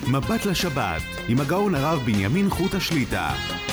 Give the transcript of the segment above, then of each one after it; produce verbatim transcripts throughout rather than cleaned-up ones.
מבט לשבת עם הגאון הרב בנימין חוט השליטה.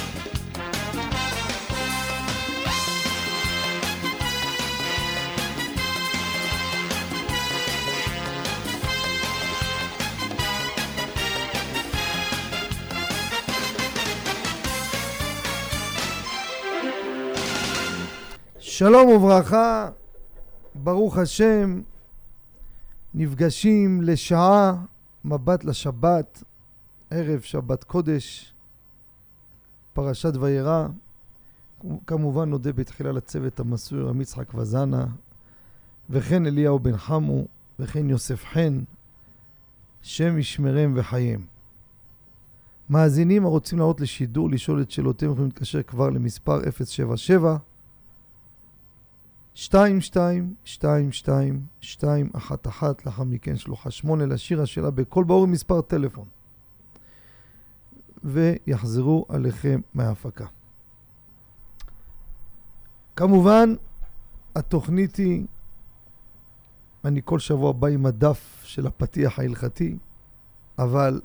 שלום וברכה, ברוך השם, נפגשים לשעה מבט לשבת, ערב שבת קודש, פרשת וירא. כמובן נודה בתחילה לצוות המסור רב יצחק וזנה, וכן אליהו בן חמו, וכן יוסף חן, שם ישמרם וחיים. מאזינים הרוצים לעלות לשידור, לשאול את שאלותיהם, יכולים להתקשר כבר למספר אפס שבע שבע שתיים שתיים שתיים שתיים שתיים אחת אחת, לאחר מכן שלוחה שמונה, לשיר השאלה בכל ברור מספר טלפון, ויחזרו עליכם מההפקה. כמובן התוכנית היא, אני כל שבוע בא עם הדף של הפתיח ההלכתי, אבל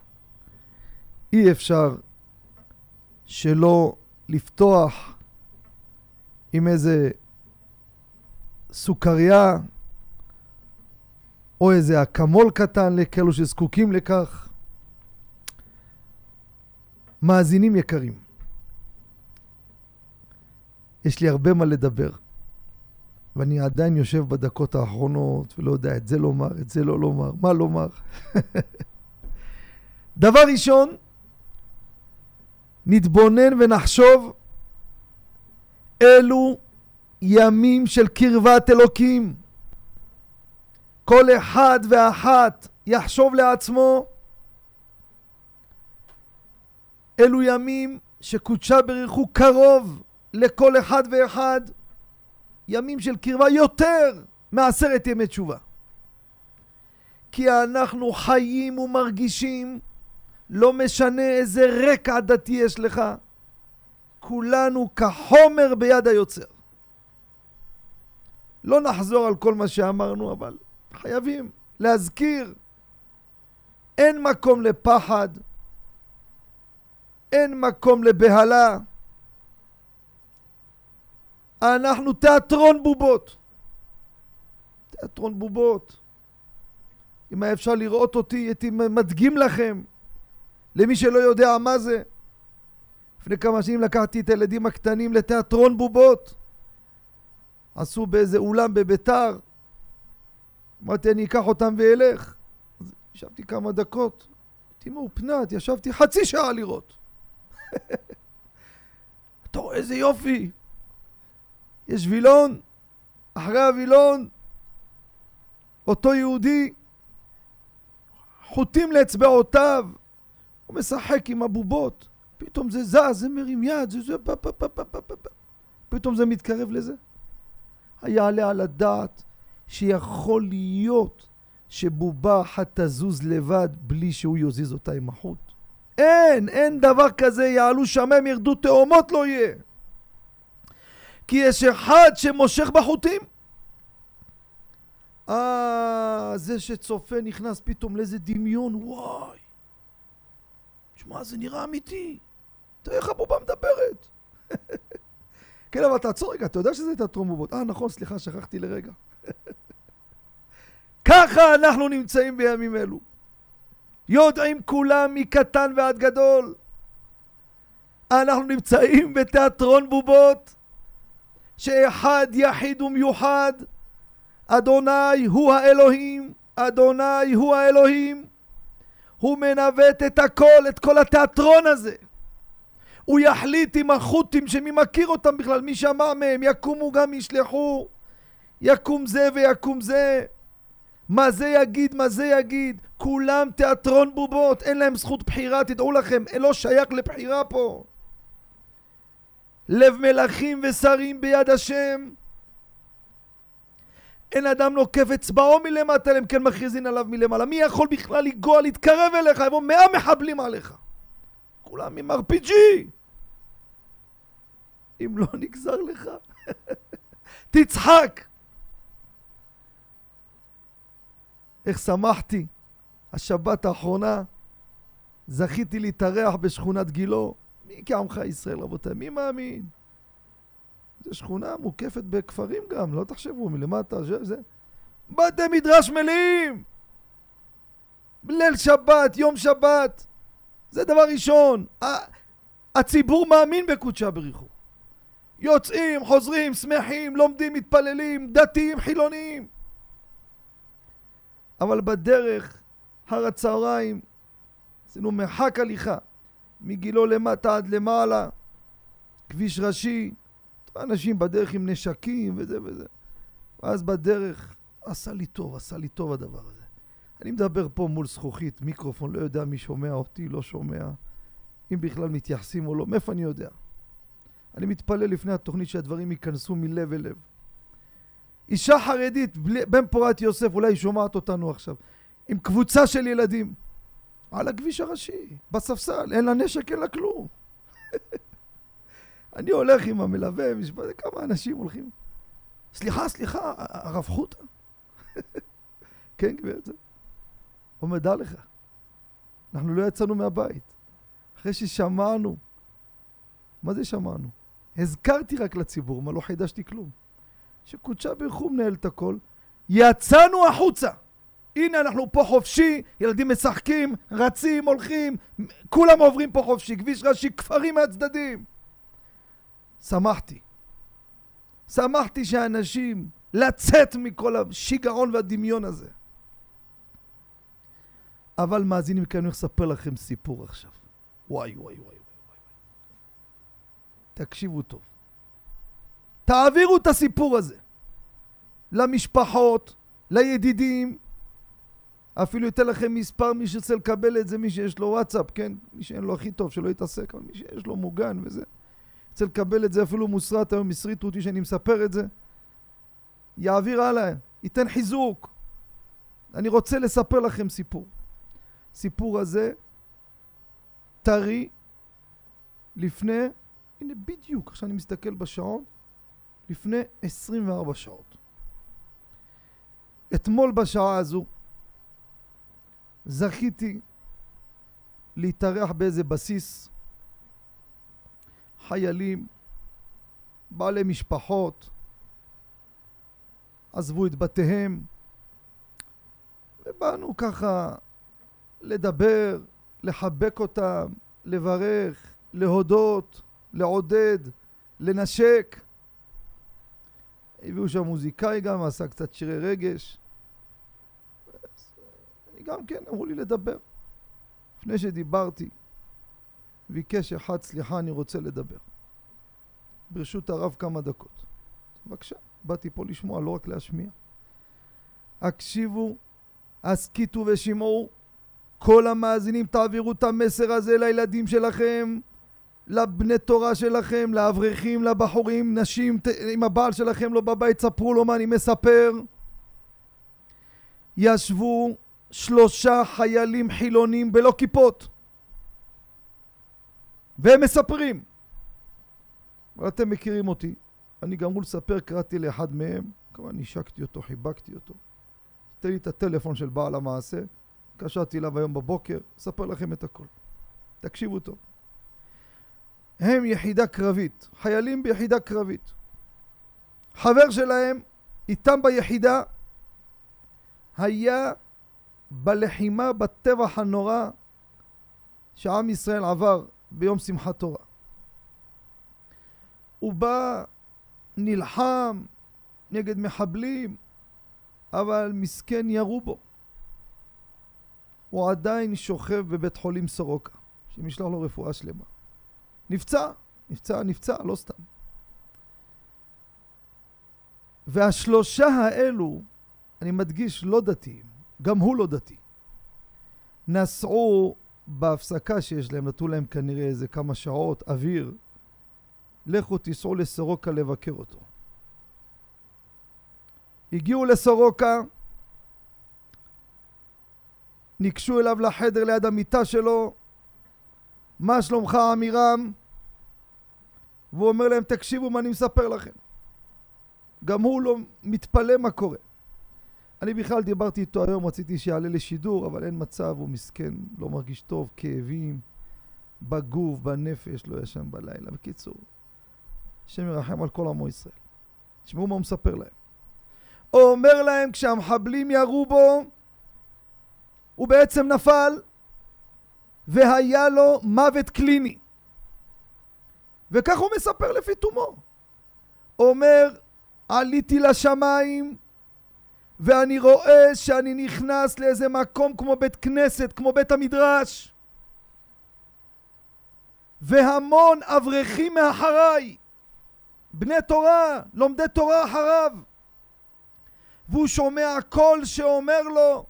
אי אפשר שלא לפתוח עם איזה סוכריה או איזה אקמול קטן לכאלו שזקוקים לכך. מאזינים יקרים, יש לי הרבה מה לדבר, ואני עדיין יושב בדקות האחרונות ולא יודע את זה לומר, את זה לא לומר, מה לומר. דבר ראשון, נתבונן ונחשוב אלו ימים של קרבת אלוקים. כל אחד ואחת יחשוב לעצמו, אלו ימים שקודשה בריחו קרוב לכל אחד ואחד, ימים של קרבה יותר מעשרת ימי תשובה. כי אנחנו חיים ומרגישים, לא משנה איזה רקע דתי יש לך, כולנו כחומר ביד היוצר. לא נחזור על כל מה שאמרנו, אבל חייבים להזכיר, אין מקום לפחד, אין מקום לבהלה. אנחנו תיאטרון בובות. תיאטרון בובות. אם היה אפשר לראות אותי, הייתי מדגים לכם, למי שלא יודע מה זה. לפני כמה שנים לקחתי את הילדים הקטנים לתיאטרון בובות. עשו באיזה אולם בביתר. אמרתי, אני אקח אותם ואלך. אז ישבתי כמה דקות. הייתי מאופנת, ישבתי חצי שעה לראות. אתה רואה איזה יופי. יש וילון, אחרי הוילון, אותו יהודי, חוטים לאצבעותיו, הוא משחק עם הבובות. פתאום זה זז, זה מרים יד, זה זה, פ, פ, פ, פ, פ, פ. פתאום זה מתקרב לזה. היעלה על הדעת שיכול להיות שבובה אחת תזוז לבד בלי שהוא יוזיז אותה עם החוט. אין, אין דבר כזה, יעלו שמיים ירדו תאומות לא יהיה. כי יש אחד שמושך בחוטים. אה, זה שצופה נכנס פתאום לאיזה דמיון, וואי. שמע, זה נראה אמיתי. תראה איך הבובה מדברת. כן, אבל תעצור רגע, אתה יודע שזה תיאטרון בובות. אה, נכון, סליחה, שכחתי לרגע. ככה אנחנו נמצאים בימים אלו. יודעים כולם מקטן ועד גדול. אנחנו נמצאים בתיאטרון בובות, שאחד יחיד ומיוחד, אדוני הוא האלוהים, אדוני הוא האלוהים. הוא מנווט את הכל, את כל התיאטרון הזה. הוא יחליט עם החוטים שמי מכיר אותם בכלל, מי שמע מהם, יקומו גם ישלחו, יקום זה ויקום זה. מה זה יגיד, מה זה יגיד. כולם תיאטרון בובות, אין להם זכות בחירה, תדעו לכם, אין לא שייך לבחירה פה. לב מלכים ושרים ביד השם. אין אדם נוקף אצבעו מלמטה, הם כן מכריזין עליו מלמעלה. מי יכול בכלל לגוע, להתקרב אליך? יבוא מאה מחבלים עליך. כולם עם אר פי ג'י. אם לא נגזר לך. תצחק. איך שמחתי השבת האחרונה זכיתי להתארח בשכונת גילו. מי כעמך ישראל, רבותיי? מי מאמין? זו שכונה מוקפת בכפרים גם, לא תחשבו, מלמטה, זה, זה. בתי מדרש מלאים! ליל שבת, יום שבת. זה דבר ראשון. הציבור מאמין בקודשה בריחו. יוצאים, חוזרים, שמחים, לומדים, מתפללים, דתיים, חילוניים. אבל בדרך, הר הצהריים, עשינו מרחק הליכה, מגילו למטה עד למעלה, כביש ראשי, אנשים בדרך עם נשקים וזה וזה. ואז בדרך, עשה לי טוב, עשה לי טוב הדבר הזה. אני מדבר פה מול זכוכית, מיקרופון, לא יודע מי שומע אותי, לא שומע, אם בכלל מתייחסים או לא, מאיפה אני יודע? אני מתפלל לפני התוכנית שהדברים ייכנסו מלב אל לב. אישה חרדית, בן פורת יוסף, אולי היא שומעת אותנו עכשיו, עם קבוצה של ילדים, על הכביש הראשי, בספסל, אין לה נשק, אין לה כלום. אני הולך עם המלווה, משפט, כמה אנשים הולכים. סליחה, סליחה, הרב חוטה. כן, גברת. אומר, דע לך, אנחנו לא יצאנו מהבית. אחרי ששמענו, מה זה שמענו? הזכרתי רק לציבור, מה לא חידשתי כלום. שקודשה בריחו מנהל את הכל, יצאנו החוצה. הנה אנחנו פה חופשי, ילדים משחקים, רצים, הולכים, כולם עוברים פה חופשי, כביש ראשי, כפרים מהצדדים. שמחתי. שמחתי שהאנשים לצאת מכל השיגעון והדמיון הזה. אבל מאזינים כאן, אני אספר לכם סיפור עכשיו. וואי וואי וואי וואי. תקשיבו טוב. תעבירו את הסיפור הזה. למשפחות, לידידים. אפילו ייתן לכם מספר, מי שרצה לקבל את זה, מי שיש לו וואטסאפ, כן? מי שאין לו הכי טוב, שלא יתעסק, אבל מי שיש לו מוגן וזה. רוצה לקבל את זה, אפילו מוסרת, היום מסריטו אותי שאני מספר את זה. יעביר הלאה, ייתן חיזוק. אני רוצה לספר לכם סיפור. סיפור הזה, טרי, לפני, הנה בדיוק, עכשיו אני מסתכל בשעון, לפני עשרים וארבע שעות. אתמול בשעה הזו, זכיתי להתארח באיזה בסיס, חיילים, בעלי משפחות, עזבו את בתיהם, ובאנו ככה לדבר, לחבק אותם, לברך, להודות, לעודד, לנשק. הביאו שם מוזיקאי גם, עשה קצת שירי רגש. אני גם כן, אמרו לי לדבר. לפני שדיברתי, ביקש אחד, סליחה, אני רוצה לדבר. ברשות הרב כמה דקות. בבקשה, באתי פה לשמוע, לא רק להשמיע. הקשיבו, הסכיתו ושמעו, כל המאזינים תעבירו את המסר הזה לילדים שלכם, לבני תורה שלכם, לאברכים, לבחורים, נשים, אם הבעל שלכם לא בבית, ספרו לו מה אני מספר. ישבו שלושה חיילים חילונים בלא כיפות. והם מספרים. אבל אתם מכירים אותי. אני גם מול לספר, קראתי לאחד מהם, כמובן נשקתי אותו, חיבקתי אותו. תן לי את הטלפון של בעל המעשה, קשרתי אליו היום בבוקר, אספר לכם את הכל. תקשיבו טוב. הם יחידה קרבית, חיילים ביחידה קרבית. חבר שלהם, איתם ביחידה, היה בלחימה בטבח הנורא שעם ישראל עבר ביום שמחת תורה. הוא בא, נלחם נגד מחבלים, אבל מסכן ירו בו. הוא עדיין שוכב בבית חולים סורוקה, שמשלח לו רפואה שלמה. נפצע, נפצע, נפצע, לא סתם. והשלושה האלו, אני מדגיש, לא דתיים, גם הוא לא דתי. נסעו בהפסקה שיש להם, נתנו להם כנראה איזה כמה שעות, אוויר, לכו תיסעו לסורוקה לבקר אותו. הגיעו לסורוקה, ניגשו אליו לחדר ליד המיטה שלו, מה שלומך עמירם? והוא אומר להם, תקשיבו מה אני מספר לכם. גם הוא לא מתפלא מה קורה. אני בכלל דיברתי איתו היום, רציתי שיעלה לשידור, אבל אין מצב, הוא מסכן, לא מרגיש טוב, כאבים, בגוף, בנפש, לא ישן בלילה. בקיצור, השם ירחם על כל עמו ישראל. תשמעו מה הוא מספר להם. הוא אומר להם, כשהמחבלים ירו בו, הוא בעצם נפל, והיה לו מוות קליני. וכך הוא מספר לפי תומו. הוא אומר, עליתי לשמיים, ואני רואה שאני נכנס לאיזה מקום כמו בית כנסת, כמו בית המדרש. והמון אברכים מאחריי, בני תורה, לומדי תורה אחריו. והוא שומע קול שאומר לו,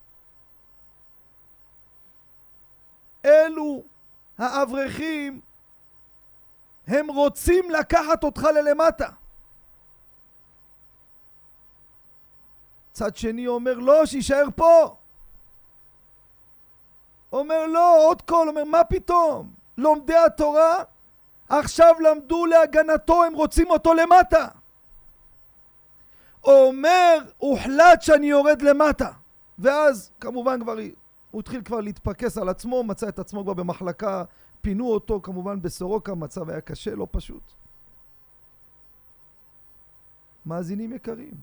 אלו האברכים, הם רוצים לקחת אותך ללמטה. צד שני אומר, לא, שישאר פה. אומר, לא, עוד קול. אומר, מה פתאום? לומדי התורה עכשיו למדו להגנתו, הם רוצים אותו למטה. אומר, הוחלט שאני יורד למטה. ואז כמובן כבר הוא התחיל כבר להתפקס על עצמו, מצא את עצמו כבר במחלקה, פינו אותו כמובן בסורוקה, מצב היה קשה, לא פשוט. מאזינים יקרים,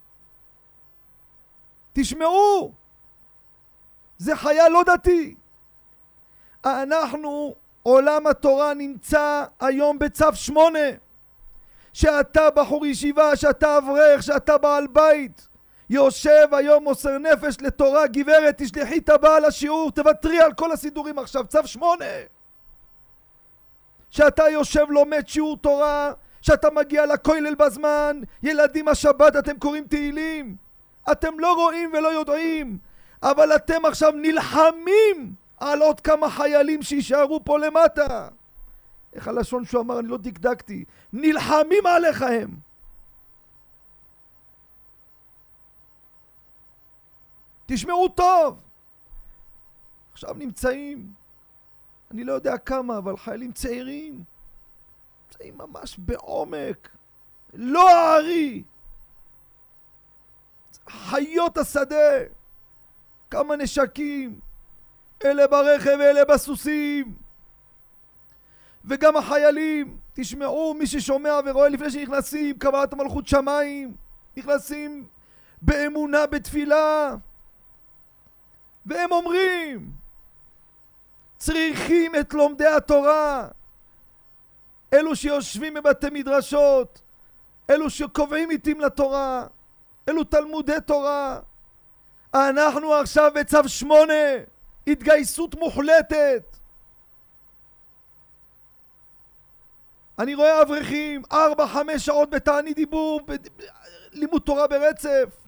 תשמעו, זה חיה לא דתי. אנחנו, עולם התורה נמצא היום בצו שמונה, שאתה בחור ישיבה, שאתה אברך, שאתה בעל בית, יושב היום מוסר נפש לתורה, גברת, תשלחי את הבעל לשיעור, תוותרי על כל הסידורים עכשיו, צו שמונה. שאתה יושב לומד שיעור תורה, שאתה מגיע לכולל בזמן, ילדים השבת אתם קוראים תהילים, אתם לא רואים ולא יודעים, אבל אתם עכשיו נלחמים על עוד כמה חיילים שישארו פה למטה. איך הלשון שהוא אמר, אני לא דקדקתי, נלחמים עליך הם. תשמעו טוב. עכשיו נמצאים, אני לא יודע כמה, אבל חיילים צעירים, נמצאים ממש בעומק, לא הערי, חיות השדה, כמה נשקים, אלה ברכב ואלה בסוסים, וגם החיילים, תשמעו, מי ששומע ורואה לפני שנכנסים, קבלת מלכות שמיים, נכנסים באמונה, בתפילה, והם אומרים, צריכים את לומדי התורה, אלו שיושבים בבתי מדרשות, אלו שקובעים עיתים לתורה, אלו תלמודי תורה. אנחנו עכשיו בצו שמונה, התגייסות מוחלטת. אני רואה אברכים, ארבע, חמש שעות בתענית דיבור, לימוד תורה ברצף.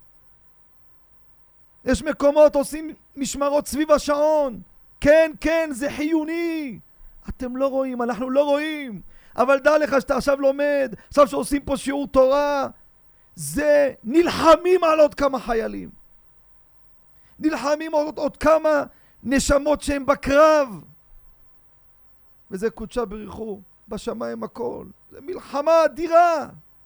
יש מקומות עושים משמרות סביב השעון. כן, כן, זה חיוני. אתם לא רואים, אנחנו לא רואים. אבל דע לך שאתה עכשיו לומד, עכשיו שעושים פה שיעור תורה, זה נלחמים על עוד כמה חיילים. נלחמים עוד, עוד כמה נשמות שהם בקרב. וזה קודשה בריחו, בשמיים הכל. זה מלחמה אדירה.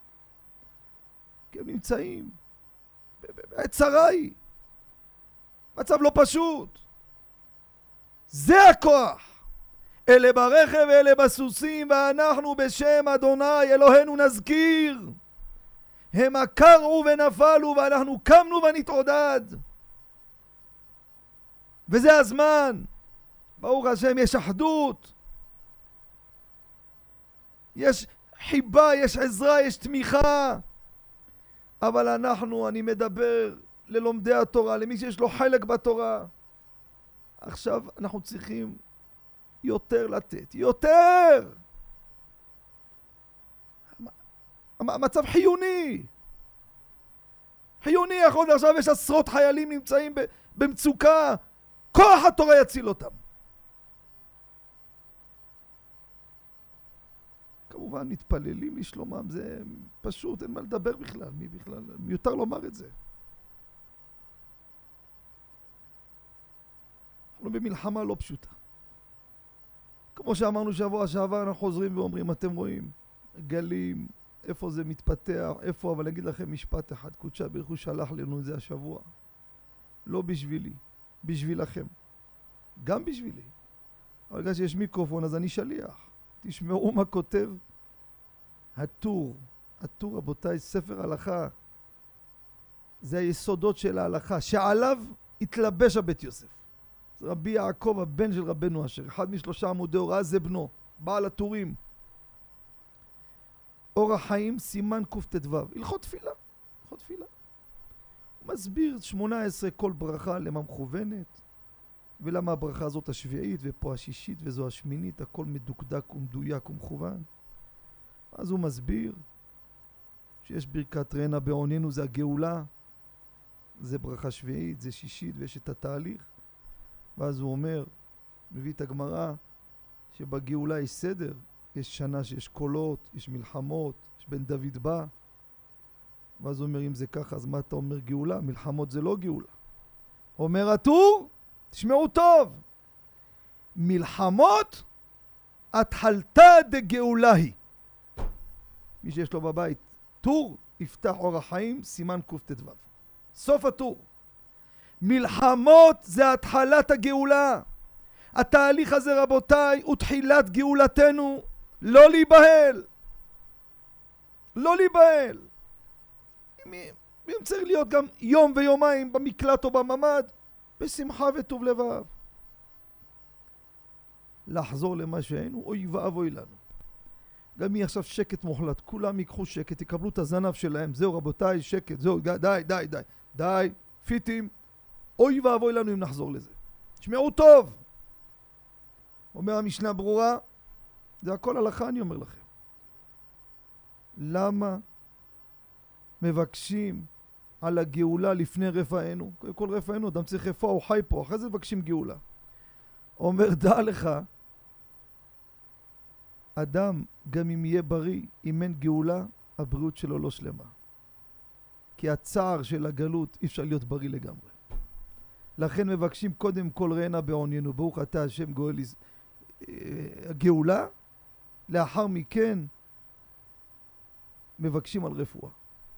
כי הם נמצאים בעת צרה היא. מצב לא פשוט. זה הכוח. אלה ברכב ואלה בסוסים, ואנחנו בשם אדוני אלוהינו נזכיר. הם קרעו ונפלו ואנחנו קמנו ונתעודד. וזה הזמן. ברוך השם, יש אחדות, יש חיבה, יש עזרה, יש תמיכה. אבל אנחנו, אני מדבר ללומדי התורה, למי שיש לו חלק בתורה. עכשיו אנחנו צריכים יותר לתת, יותר. המצב חיוני. חיוני, יכול להיות עכשיו יש עשרות חיילים נמצאים במצוקה, כוח התורה יציל אותם. כמובן מתפללים לשלומם, זה פשוט, אין מה לדבר בכלל, מי בכלל, מיותר לומר את זה. אנחנו במלחמה לא פשוטה. כמו שאמרנו שבוע שעבר, אנחנו חוזרים ואומרים, אתם רואים, גלים, איפה זה מתפתח, איפה, אבל אגיד לכם משפט אחד, קודשה בריחו שלח לנו את זה השבוע. לא בשבילי, בשבילכם. גם בשבילי. אבל בגלל שיש מיקרופון אז אני שליח. תשמעו מה כותב הטור. הטור, רבותיי, ספר הלכה. זה היסודות של ההלכה, שעליו התלבש הבית יוסף. זה רבי יעקב, הבן של רבנו אשר, אחד משלושה עמודי הוראה, זה בנו, בעל הטורים. אור החיים, סימן קט"ו, הלכות תפילה, הלכות תפילה. הוא מסביר שמונה עשרה כל ברכה למה מכוונת, ולמה הברכה הזאת השביעית, ופה השישית, וזו השמינית, הכל מדוקדק ומדויק ומכוון. אז הוא מסביר שיש ברכת רנה בעוננו, זה הגאולה, זה ברכה שביעית, זה שישית, ויש את התהליך. ואז הוא אומר, מביא את הגמרא, שבגאולה יש סדר, יש שנה שיש קולות, יש מלחמות, יש בן דוד בא. ואז הוא אומר, אם זה ככה, אז מה אתה אומר גאולה? מלחמות זה לא גאולה. אומר הטור, תשמעו טוב, מלחמות התחלתה דגאולה היא. מי שיש לו בבית טור, יפתח אור החיים, סימן קט"ו. סוף הטור. מלחמות זה התחלת הגאולה. התהליך הזה, רבותיי, הוא תחילת גאולתנו. לא להיבהל. לא להיבהל. אם, אם צריך להיות גם יום ויומיים במקלט או בממד, בשמחה וטוב לבב. לחזור למה שהיינו, אוי ואבוי לנו. גם יהיה עכשיו שקט מוחלט, כולם ייקחו שקט, יקבלו את הזנב שלהם, זהו רבותיי, שקט, זהו, די, די, די, די, פיטים, אוי ואבוי לנו אם נחזור לזה. תשמעו טוב. אומר המשנה ברורה, זה הכל הלכה אני אומר לכם. למה מבקשים על הגאולה לפני רפאנו? כל רפאנו, אדם צריך רפואה, הוא חי פה, אחרי זה מבקשים גאולה. אומר, דע לך, אדם, גם אם יהיה בריא, אם אין גאולה, הבריאות שלו לא שלמה. כי הצער של הגלות אי אפשר להיות בריא לגמרי. לכן מבקשים קודם כל רענה בעוננו, ברוך אתה השם גואל הגאולה, לאחר מכן מבקשים על רפואה.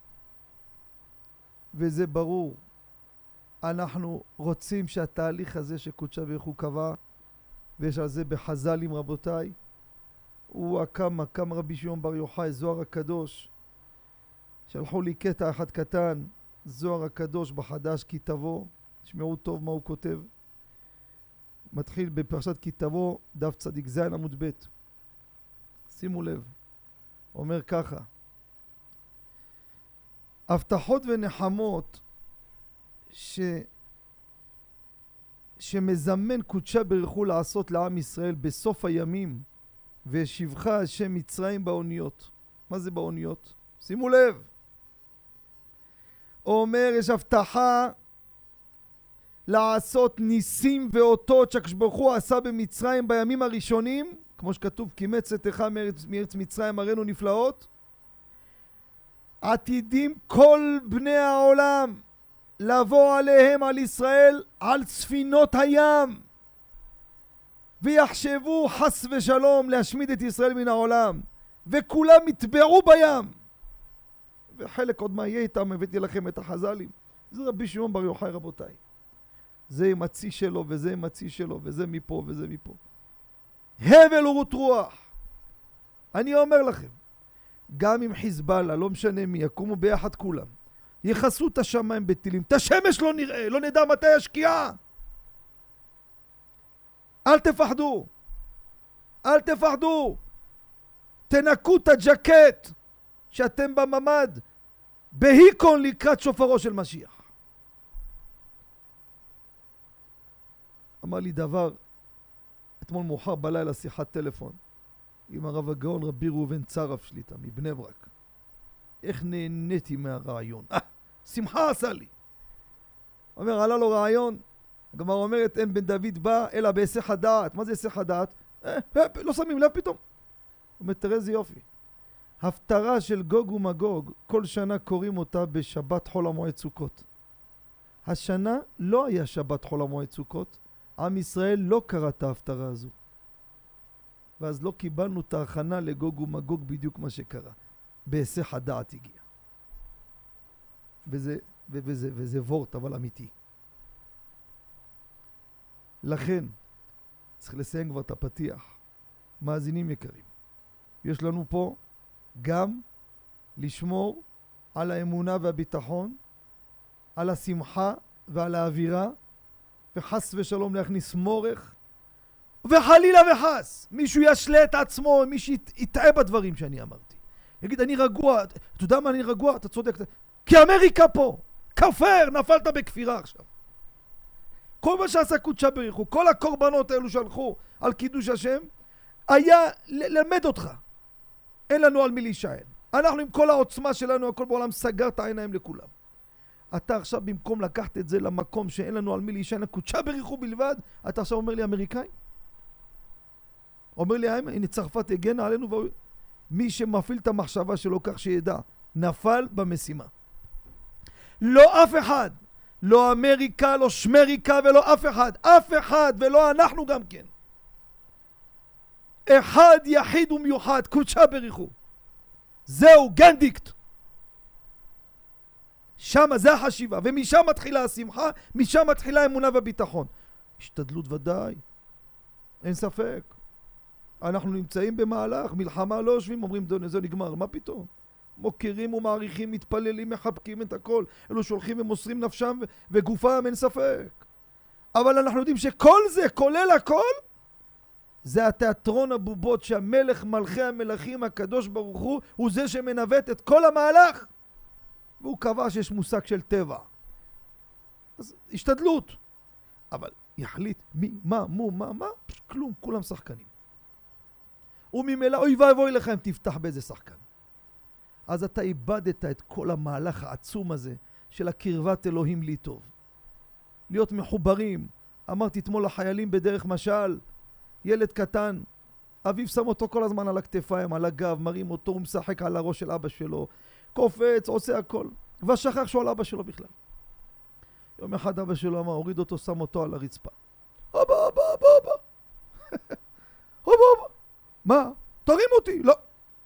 וזה ברור. אנחנו רוצים שהתהליך הזה שקודשה ברוך הוא קבע, ויש על זה בחז"לים רבותיי, הוא הקם, הקם רבי שמעון בר יוחאי, זוהר הקדוש, שלחו לי קטע אחד קטן, זוהר הקדוש בחדש כי תבוא, תשמעו טוב מה הוא כותב. מתחיל בפרשת כי תבוא, דף צדיק זין עמוד ב'. שימו לב, אומר ככה, הבטחות ונחמות ש... שמזמן קודשה ברוך הוא לעשות לעם ישראל בסוף הימים, והשיבך השם מצרים באוניות. מה זה באוניות? שימו לב. הוא אומר, יש הבטחה לעשות ניסים ואותות שהקדוש ברוך הוא עשה במצרים בימים הראשונים, כמו שכתוב, כי מצאתך מארץ, מארץ מצרים הראינו נפלאות. עתידים כל בני העולם לבוא עליהם, על ישראל, על ספינות הים, ויחשבו חס ושלום להשמיד את ישראל מן העולם, וכולם יטבעו בים. וחלק עוד מה יהיה איתם, הבאתי לכם את החז"לים. זה רבי שמעון בר יוחאי רבותיי. זה עם הצי שלו, וזה עם הצי שלו, וזה מפה, וזה מפה. הבל ורות רוח. אני אומר לכם, גם עם חיזבאללה, לא משנה מי, יקומו ביחד כולם, יחסו את השמיים בטילים, את השמש לא נראה, לא נדע מתי השקיעה. אל תפחדו, אל תפחדו, תנקו את הג'קט שאתם בממד, בהיקון לקראת שופרו של משיח. אמר לי דבר, אתמול מאוחר בלילה שיחת טלפון, עם הרב הגאון רבי ראובן צרף שליטה, מבני ברק. איך נהניתי מהרעיון. אה, שמחה עשה לי. אומר, עלה לו רעיון, הגמרא אומרת, אין בן דוד בא, אלא בהיסח הדעת. מה זה היסח הדעת? אה, אה, לא שמים לב פתאום. הוא אומר, תראה איזה יופי. הפטרה של גוג ומגוג, כל שנה קוראים אותה בשבת חול המועד סוכות. השנה לא היה שבת חול המועד סוכות, עם ישראל לא קרא את ההפטרה הזו. ואז לא קיבלנו את ההכנה לגוג ומגוג בדיוק מה שקרה. בהיסח הדעת הגיע. וזה, וזה, וזה וורט, אבל אמיתי. לכן, צריך לסיים כבר את הפתיח. מאזינים יקרים, יש לנו פה גם לשמור על האמונה והביטחון, על השמחה ועל האווירה, וחס ושלום להכניס מורך, וחלילה וחס, מישהו ישלה את עצמו, מישהו יטעה בדברים שאני אמרתי. יגיד, אני רגוע, אתה יודע מה אני רגוע? אתה צודק, כי אמריקה פה, כפר, נפלת בכפירה עכשיו. כל מה שעשה קודשה בריחו, כל הקורבנות האלו שהלכו על קידוש השם, היה ללמד אותך. אין לנו על מי להישען. אנחנו עם כל העוצמה שלנו, הכל בעולם סגר את העיניים לכולם. אתה עכשיו במקום לקחת את זה למקום שאין לנו על מי להישען, קודשה בריחו בלבד, אתה עכשיו אומר לי אמריקאי? אומר לי, הנה צרפת הגנה עלינו, מי שמפעיל את המחשבה שלו כך שידע, נפל במשימה. לא אף אחד, לא אמריקה, לא שמריקה ולא אף אחד, אף אחד ולא אנחנו גם כן. אחד יחיד ומיוחד, קודשה בריחו. זהו, גנדיקט. שם זה החשיבה, ומשם מתחילה השמחה, משם מתחילה האמונה והביטחון. השתדלות ודאי, אין ספק. אנחנו נמצאים במהלך, מלחמה לא יושבים, אומרים זה נגמר, מה פתאום? מוכרים ומעריכים, מתפללים, מחבקים את הכל. אלו שהולכים ומוסרים נפשם וגופם, אין ספק. אבל אנחנו יודעים שכל זה, כולל הכל, זה התיאטרון הבובות שהמלך מלכי המלכים הקדוש ברוך הוא, הוא זה שמנווט את כל המהלך. והוא קבע שיש מושג של טבע. אז השתדלות. אבל יחליט מי, מה, מו, מה, מה, כלום, כולם שחקנים. וממילא, אוי ואבוי לך אם תפתח באיזה שחקן. אז אתה איבדת את כל המהלך העצום הזה של הקרבת אלוהים לי טוב. להיות מחוברים. אמרתי אתמול לחיילים בדרך משל, ילד קטן, אביו שם אותו כל הזמן על הכתפיים, על הגב, מרים אותו, הוא משחק על הראש של אבא שלו, קופץ, עושה הכל. כבר שכח שהוא על אבא שלו בכלל. יום אחד אבא שלו אמר, הוריד אותו, שם אותו על הרצפה. אבא, אבא, אבא, אבא. אבא, אבא. מה? תרים אותי. לא.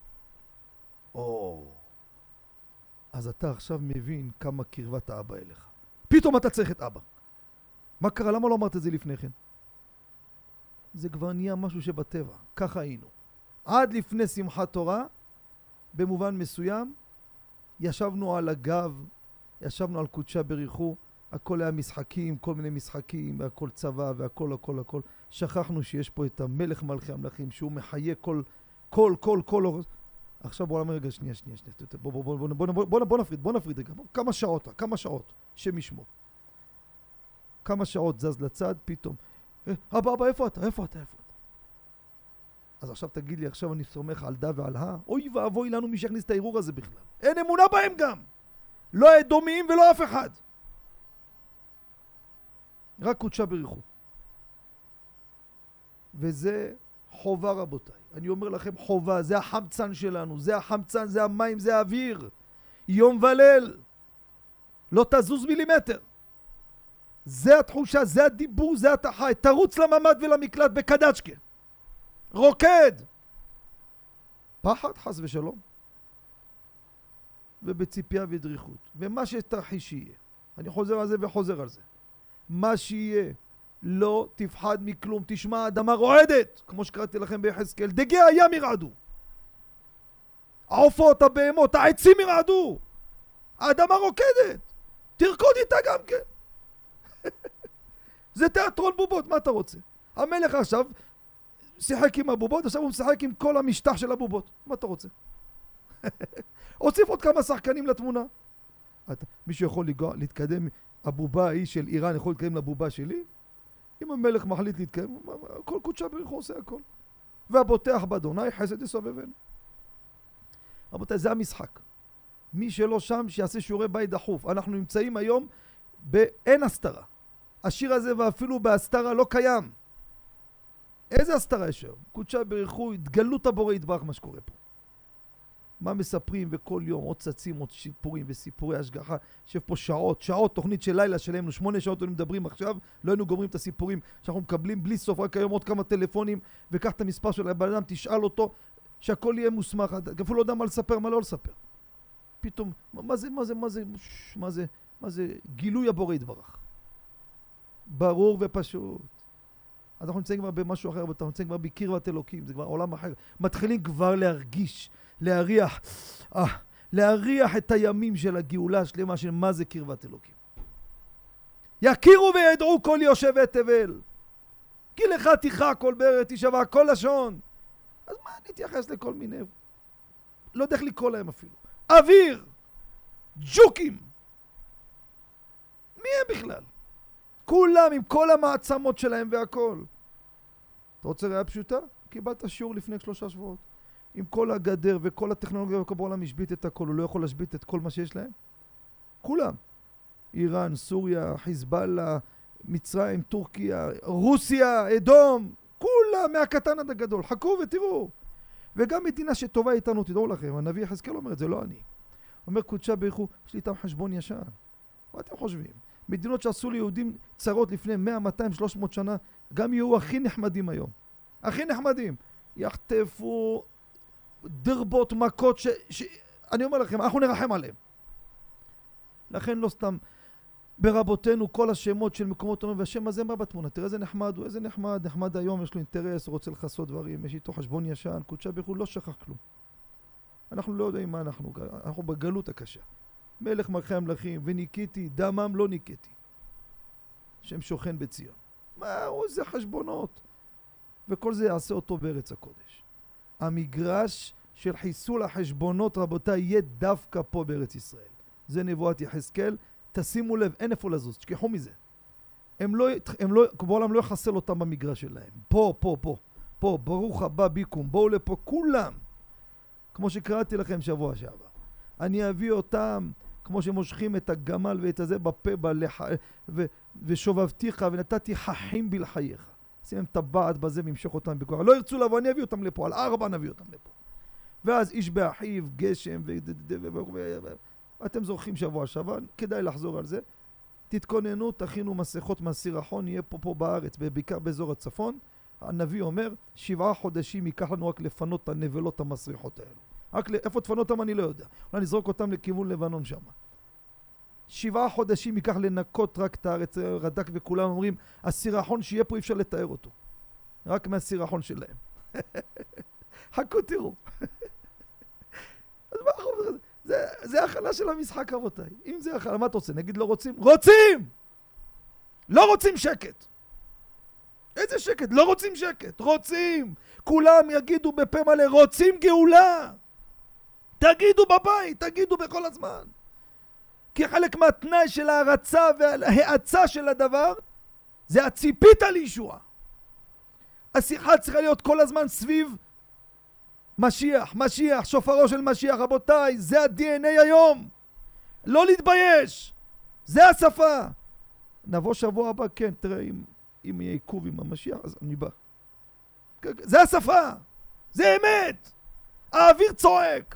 או. אז אתה עכשיו מבין כמה קרבת האבא אליך. פתאום אתה צריך את אבא. מה קרה? למה לא אמרת את זה לפני כן? זה כבר נהיה משהו שבטבע. ככה היינו. עד לפני שמחת תורה, במובן מסוים, ישבנו על הגב, ישבנו על קודשה בריחו, הכל היה משחקים, כל מיני משחקים, והכל צבא, והכל, הכל, הכל. שכחנו שיש פה את המלך מלכי המלכים, שהוא מחיה כל, כל, כל, כל... עכשיו בוא נאמר רגע, שנייה, שנייה, שנייה, בוא, בוא, בוא, בוא, בוא, בוא, בוא, בוא נפריד, בוא נפריד רגע, כמה שעות, כמה שעות, שם ישמור. כמה שעות זז לצד, פתאום, אבא, אבא, איפה אתה, איפה אתה, איפה אתה? אז עכשיו תגיד לי, עכשיו אני סומך על דה ועל הא, אוי ואבוי לנו מי שיכניס את הערעור הזה בכלל. אין אמונה בהם גם. לא אדומיים ולא אף אחד. רק קודשה בריחו. וזה חובה רבותיי. אני אומר לכם חובה, זה החמצן שלנו, זה החמצן, זה המים, זה האוויר. יום וליל. לא תזוז מילימטר. זה התחושה, זה הדיבור, זה התחי. תרוץ לממד ולמקלט בקדצ'קה. רוקד. פחד חס ושלום. ובציפייה ודריכות. ומה שתרחיש יהיה. אני חוזר על זה וחוזר על זה. מה שיהיה. לא תפחד מכלום. תשמע, האדמה רועדת. כמו שקראתי לכם ביחזקאל. דגי הים ירעדו. העופות, הבהמות, העצים ירעדו. האדמה רוקדת. תרקוד איתה גם כן. זה תיאטרון בובות, מה אתה רוצה? המלך עכשיו שיחק עם הבובות, עכשיו הוא משחק עם כל המשטח של הבובות. מה אתה רוצה? הוסיף עוד כמה שחקנים לתמונה. אתה, מישהו יכול לגוע, להתקדם, הבובה ההיא של איראן יכול להתקדם לבובה שלי? אם המלך מחליט להתקדם, כל קודשה בריחו עושה הכל. והבוטח באדוני חסד יסובבנו. רבותיי, זה המשחק. מי שלא שם שיעשה שיעורי בית דחוף. אנחנו נמצאים היום באין הסתרה. השיר הזה ואפילו בהסתרה לא קיים. איזה הסתרה יש היום? קודשה בריחו, התגלות הבורא יתברך מה שקורה פה. מה מספרים וכל יום עוד צצים, עוד סיפורים וסיפורי השגחה. יושב פה שעות, שעות, תוכנית של לילה שלהם, שמונה שעות היינו מדברים עכשיו, לא היינו גומרים את הסיפורים שאנחנו מקבלים בלי סוף, רק היום עוד כמה טלפונים, וקח את המספר של הבן אדם, תשאל אותו, שהכל יהיה מוסמך, אפילו לא יודע מה לספר, מה לא לספר. פתאום, מה זה, מה זה, מה זה, מה זה, מה זה, גילוי הבורא יתברך. ברור ופשוט. אז אנחנו נמצאים כבר במשהו אחר, אנחנו נמצאים כבר בקרבת אלוקים, זה כבר עולם אחר. מתחילים כבר להרגיש, להריח, אה, להריח את הימים של הגאולה השלמה של מה זה קרבת אלוקים. יכירו וידעו כל יושבי תבל. כי לך תיכה כל בארץ, תשבע כל לשון. אז מה נתייחס לכל מיני? לא יודע איך לקרוא להם אפילו. אוויר! ג'וקים! מי הם בכלל? כולם עם כל המעצמות שלהם והכל. אתה רוצה ראיה פשוטה? קיבלת שיעור לפני שלושה שבועות. עם כל הגדר וכל הטכנולוגיה וכל בעולם השביט את הכל, הוא לא יכול להשביט את כל מה שיש להם? כולם. איראן, סוריה, חיזבאללה, מצרים, טורקיה, רוסיה, אדום, כולם מהקטן עד הגדול. חכו ותראו. וגם מדינה שטובה איתנו, תדעו לכם, הנביא יחזקאל אומר את זה, לא אני. אומר קודשה בריך הוא, יש לי איתם חשבון ישן. מה אתם חושבים? מדינות שעשו ליהודים צרות לפני מאה, מאתיים, שלוש מאות שנה, גם יהיו הכי נחמדים היום. הכי נחמדים. יחטפו דרבות, מכות, ש... ש... אני אומר לכם, אנחנו נרחם עליהם. לכן לא סתם ברבותינו כל השמות של מקומות אומרים, והשם הזה מה בתמונה? תראה איזה נחמד הוא, איזה נחמד, נחמד היום, יש לו אינטרס, הוא רוצה לחסות דברים, יש איתו חשבון ישן, קודשה בריך הוא לא שכח כלום. אנחנו לא יודעים מה אנחנו, אנחנו בגלות הקשה. מלך מלכי המלכים, וניקיתי, דמם לא ניקיתי. שם שוכן בציון. מה, הוא איזה חשבונות. וכל זה יעשה אותו בארץ הקודש. המגרש של חיסול החשבונות, רבותיי, יהיה דווקא פה בארץ ישראל. זה נבואת יחזקאל. תשימו לב, אין איפה לזוז, תשכחו מזה. הם לא, הם לא, בעולם לא יחסל אותם במגרש שלהם. פה, פה, פה. פה, ברוך הבא ביקום. בואו לפה כולם. כמו שקראתי לכם שבוע שעבר. אני אביא אותם, כמו שמושכים את הגמל ואת הזה בפה, בלח... ו... ושובבתיך ונתתי חכים בלחייך. שים להם טבעת בזה וימשוך אותם בכוח. לא ירצו לבוא, אני אביא אותם לפה, על ארבע נביא אותם לפה. ואז איש באחיו, גשם, ו... אתם זוכרים שבוע שעבר, כדאי לחזור על זה. תתכוננו, תכינו מסכות מהסירחון, יהיה פה פה בארץ, בעיקר באזור הצפון. הנביא אומר, שבעה חודשים ייקח לנו רק לפנות את הנבלות המסריחות האלו. רק איפה תפנות אותם אני לא יודע. אולי נזרוק אותם לכיוון לבנון שם. שבעה חודשים ייקח לנקות רק את הארץ, רדק וכולם אומרים, הסירחון שיהיה פה אי אפשר לתאר אותו. רק מהסירחון שלהם. חכו תראו. אז מה אנחנו אומרים? זה, זה הכנה של המשחק רבותיי. אם זה הכנה, מה אתה רוצה? נגיד לא רוצים? רוצים! לא רוצים שקט. איזה שקט? לא רוצים שקט. רוצים! כולם יגידו בפה מלא, רוצים גאולה! תגידו בבית, תגידו בכל הזמן. כי חלק מהתנאי של ההרצה וההאצה של הדבר, זה הציפית על ישוע. השיחה צריכה להיות כל הזמן סביב משיח, משיח, שופרו של משיח, רבותיי, זה ה-די אן איי היום. לא להתבייש. זה השפה. נבוא שבוע הבא, כן, תראה, אם, אם יהיה עיכוב עם המשיח, אז אני בא. זה השפה. זה אמת. האוויר צועק.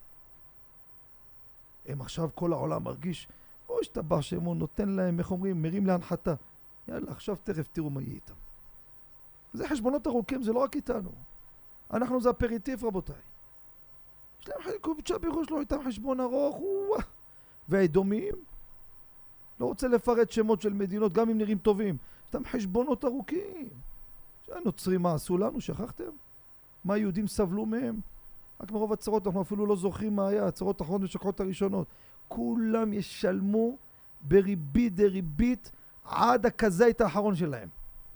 הם עכשיו כל העולם מרגיש, או שתבח שמו נותן להם, איך אומרים, מרים להנחתה. יאללה, עכשיו תכף תראו מה יהיה איתם. זה חשבונות ארוכים, זה לא רק איתנו. אנחנו זה אפריטיב, רבותיי. יש להם חלקות שבריחו שלו איתם חשבון ארוך, והאדומים, לא רוצה לפרט שמות של מדינות, גם אם נראים טובים. יש להם חשבונות ארוכים. שהנוצרים מה עשו לנו, שכחתם? מה היהודים סבלו מהם? רק מרוב הצרות, אנחנו אפילו לא זוכרים מה היה, הצרות האחרונות ושקרות הראשונות. כולם ישלמו בריבית דריבית עד הכזית האחרון שלהם.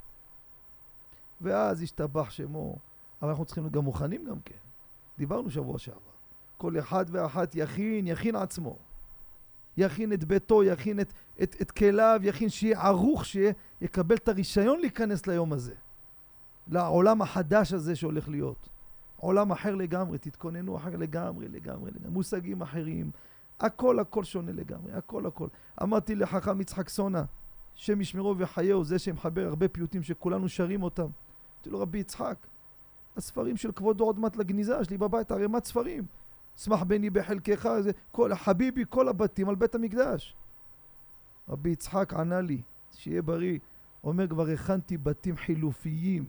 ואז ישתבח שמו. אבל אנחנו צריכים להיות גם מוכנים גם כן. דיברנו שבוע שעבר. כל אחד ואחת יכין, יכין עצמו. יכין את ביתו, יכין את, את, את כליו, יכין שיהיה ערוך, שיקבל את הרישיון להיכנס ליום הזה. לעולם החדש הזה שהולך להיות. עולם אחר לגמרי, תתכוננו אחר לגמרי, לגמרי, לגמרי. מושגים אחרים. הכל, הכל שונה לגמרי. הכל, הכל. אמרתי לחכם יצחק סונה, שם ישמרו וחיהו, זה שמחבר הרבה פיוטים שכולנו שרים אותם. אמרתי לו, רבי יצחק, הספרים של כבודו עוד מעט לגניזה, יש לי בבית ערימת ספרים. שמח בני בחלקך, זה כל, חביבי, כל הבתים על בית המקדש. רבי יצחק ענה לי, שיהיה בריא, אומר כבר הכנתי בתים חילופיים.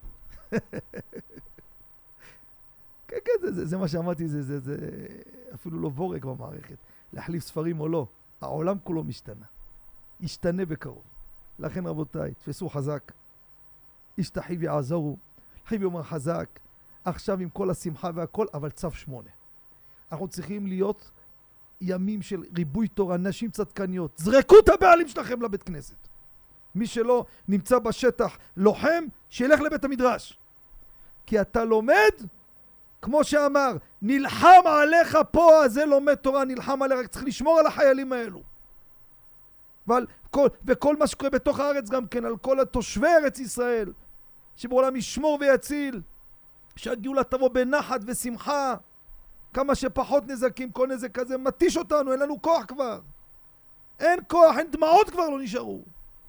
כן, כן, זה, זה, זה מה שאמרתי, זה, זה, זה אפילו לא בורק במערכת. להחליף ספרים או לא. העולם כולו משתנה. ישתנה בקרוב. לכן רבותיי, תפסו חזק. איש תחיו יעזורו, חיו יאמר חזק, עכשיו עם כל השמחה והכל, אבל צו שמונה. אנחנו צריכים להיות ימים של ריבוי תורה, נשים צדקניות. זרקו את הבעלים שלכם לבית כנסת. מי שלא נמצא בשטח לוחם, שילך לבית המדרש. כי אתה לומד, כמו שאמר, נלחם עליך פה, הזה לומד תורה, נלחם עליך, צריך לשמור על החיילים האלו. ועל כל, וכל מה שקורה בתוך הארץ גם כן, על כל התושבי ארץ ישראל, שבעולם ישמור ויציל, שהגאולה תבוא בנחת ושמחה, כמה שפחות נזקים, כל נזק כזה מתיש אותנו, אין לנו כוח כבר. אין כוח, אין דמעות כבר לא נשארו.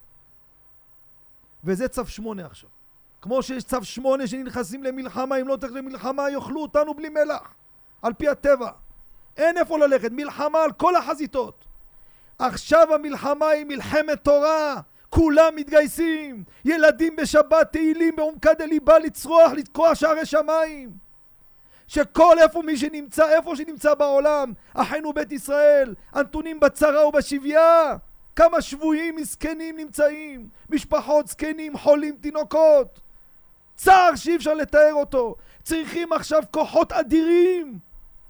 וזה צו שמונה עכשיו. כמו שיש צו שמונה שנכנסים למלחמה, אם לא תלך למלחמה, יאכלו אותנו בלי מלח. על פי הטבע. אין איפה ללכת, מלחמה על כל החזיתות. עכשיו המלחמה היא מלחמת תורה. כולם מתגייסים. ילדים בשבת, תהילים, בעומקה דליבה, לצרוח, לתקוע שערי שמיים. שכל איפה מי שנמצא, איפה שנמצא בעולם, אחינו בית ישראל, הנתונים בצרה ובשביה, כמה שבויים מסכנים נמצאים, משפחות זקנים, חולים, תינוקות, צער שאי אפשר לתאר אותו. צריכים עכשיו כוחות אדירים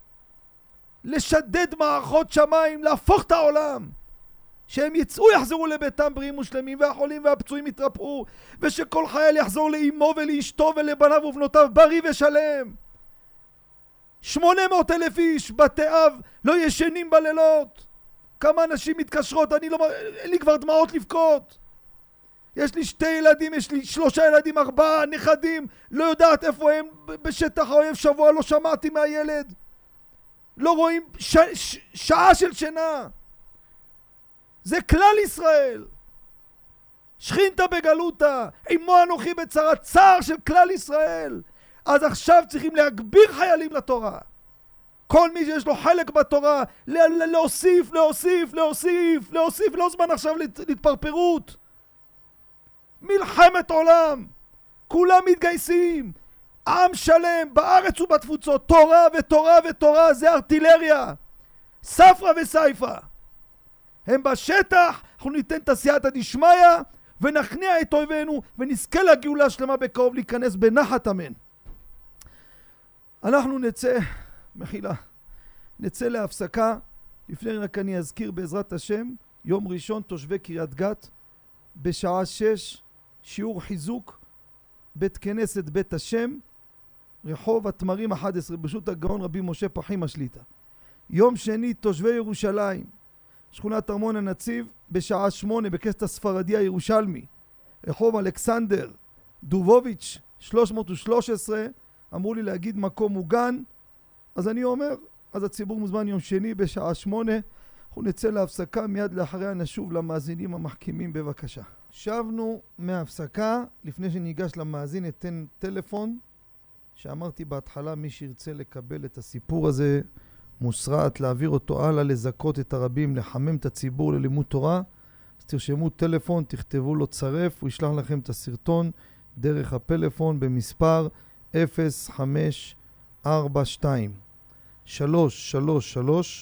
לשדד מערכות שמיים, להפוך את העולם, שהם יצאו, יחזרו לביתם בריאים ושלמים, והחולים והפצועים יתרפאו, ושכל חייל יחזור לאמו ולאשתו ולבניו ובנותיו בריא ושלם. שמונה מאות אלף איש בתי אב לא ישנים בלילות. כמה אנשים מתקשרות, אני לא, אין לי כבר דמעות לבכות. יש לי שתי ילדים, יש לי שלושה ילדים, ארבעה נכדים, לא יודעת איפה הם, בשטח האויב, שבוע לא שמעתי מהילד, לא רואים ש, ש, שעה של שינה. זה כלל ישראל. שכינתה בגלותה, עמו אנוכי בצרה, צער של כלל ישראל. אז עכשיו צריכים להגביר חיילים לתורה. כל מי שיש לו חלק בתורה, להוסיף, להוסיף, להוסיף, להוסיף, לא זמן עכשיו להתפרפרות. מלחמת עולם, כולם מתגייסים, עם שלם בארץ ובתפוצות, תורה ותורה ותורה, זה ארטילריה, ספרה וסייפה. הם בשטח, אנחנו ניתן את הסייעתא דשמיא, ונכניע את אויבינו, ונזכה לגאולה שלמה בקרוב, להיכנס בנחת אמן. אנחנו נצא, מחילה, נצא להפסקה. לפני רק אני אזכיר בעזרת השם, יום ראשון תושבי קריית גת, בשעה שש, שיעור חיזוק, בית כנסת בית השם, רחוב התמרים אחת עשרה, ברשות הגאון רבי משה פחים השליטה. יום שני תושבי ירושלים, שכונת ארמון הנציב, בשעה שמונה, בכנסת הספרדי הירושלמי, רחוב אלכסנדר דובוביץ' שלוש מאות ושלוש עשרה, אמרו לי להגיד מקום מוגן, אז אני אומר, אז הציבור מוזמן יום שני בשעה שמונה, אנחנו נצא להפסקה, מיד לאחריה נשוב למאזינים המחכימים בבקשה. שבנו מההפסקה, לפני שניגש למאזין אתן טלפון, שאמרתי בהתחלה מי שירצה לקבל את הסיפור הזה מוסרט, להעביר אותו הלאה, לזכות את הרבים, לחמם את הציבור ללימוד תורה, אז תרשמו טלפון, תכתבו לו צרף, הוא ישלח לכם את הסרטון דרך הפלאפון במספר אפס חמש ארבע שתיים שלוש שלוש שלוש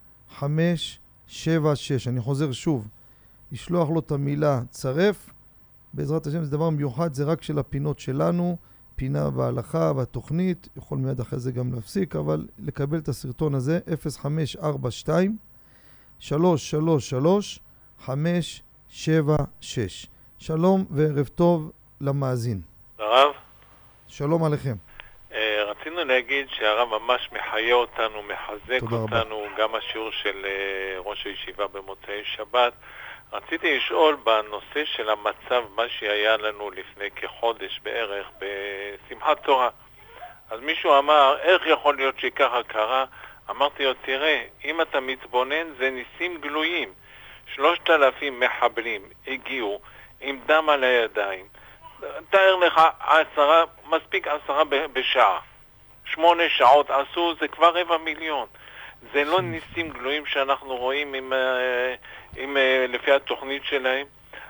חמש שבע שש. אני חוזר שוב, לשלוח לו את המילה צרף, בעזרת השם זה דבר מיוחד, זה רק של הפינות שלנו, פינה בהלכה והתוכנית, יכול מיד אחרי זה גם להפסיק, אבל לקבל את הסרטון הזה אפס חמש ארבע שתיים שלוש שלוש שלוש חמש שבע שש. שלום וערב טוב למאזין. הרב, שלום עליכם. רצינו להגיד שהרב ממש מחיה אותנו, מחזק אותנו, רבה. גם השיעור של ראש הישיבה במוצאי שבת. רציתי לשאול בנושא של המצב, מה שהיה לנו לפני כחודש בערך בשמחת תורה. אז מישהו אמר, איך יכול להיות שככה קרה? אמרתי לו, תראה, אם אתה מתבונן זה ניסים גלויים. שלושת אלפים מחבלים הגיעו עם דם על הידיים. תאר לך עשרה, מספיק עשרה בשעה. שמונה שעות עשו, זה כבר רבע מיליון. זה לא ניסים גלויים שאנחנו רואים עם, עם, לפי התוכנית שלהם.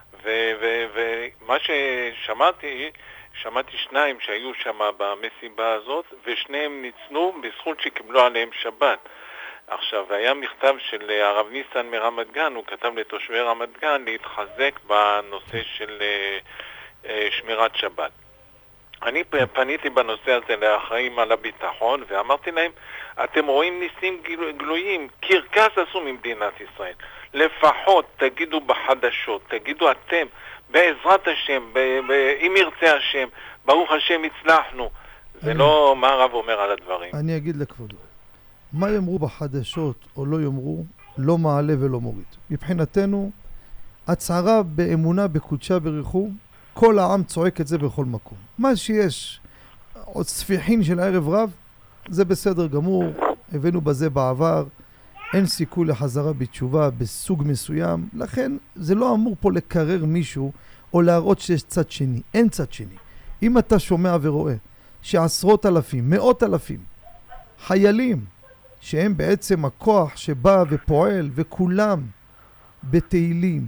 ומה ששמעתי, שמעתי שניים שהיו שם במסיבה הזאת, ושניהם ניצנו בזכות שקיבלו עליהם שבת. עכשיו, היה מכתב של הרב ניסן מרמת גן, הוא כתב לתושבי רמת גן להתחזק בנושא של שמירת שבת. אני פניתי בנושא הזה לאחראים על הביטחון, ואמרתי להם, אתם רואים ניסים גלויים, קרקס עשו ממדינת ישראל. לפחות תגידו בחדשות, תגידו אתם, בעזרת השם, ב- ב- אם ירצה השם, ברוך השם הצלחנו. זה אני... לא מה הרב אומר על הדברים. אני אגיד לכבודו, מה יאמרו בחדשות או לא יאמרו, לא מעלה ולא מוריד. מבחינתנו, הצהרה באמונה בקודשה בריחו, כל העם צועק את זה בכל מקום. מה שיש, עוד ספיחין של הערב רב, זה בסדר גמור, הבאנו בזה בעבר, אין סיכוי לחזרה בתשובה בסוג מסוים, לכן זה לא אמור פה לקרר מישהו או להראות שיש צד שני, אין צד שני. אם אתה שומע ורואה שעשרות אלפים, מאות אלפים, חיילים, שהם בעצם הכוח שבא ופועל וכולם בתהילים,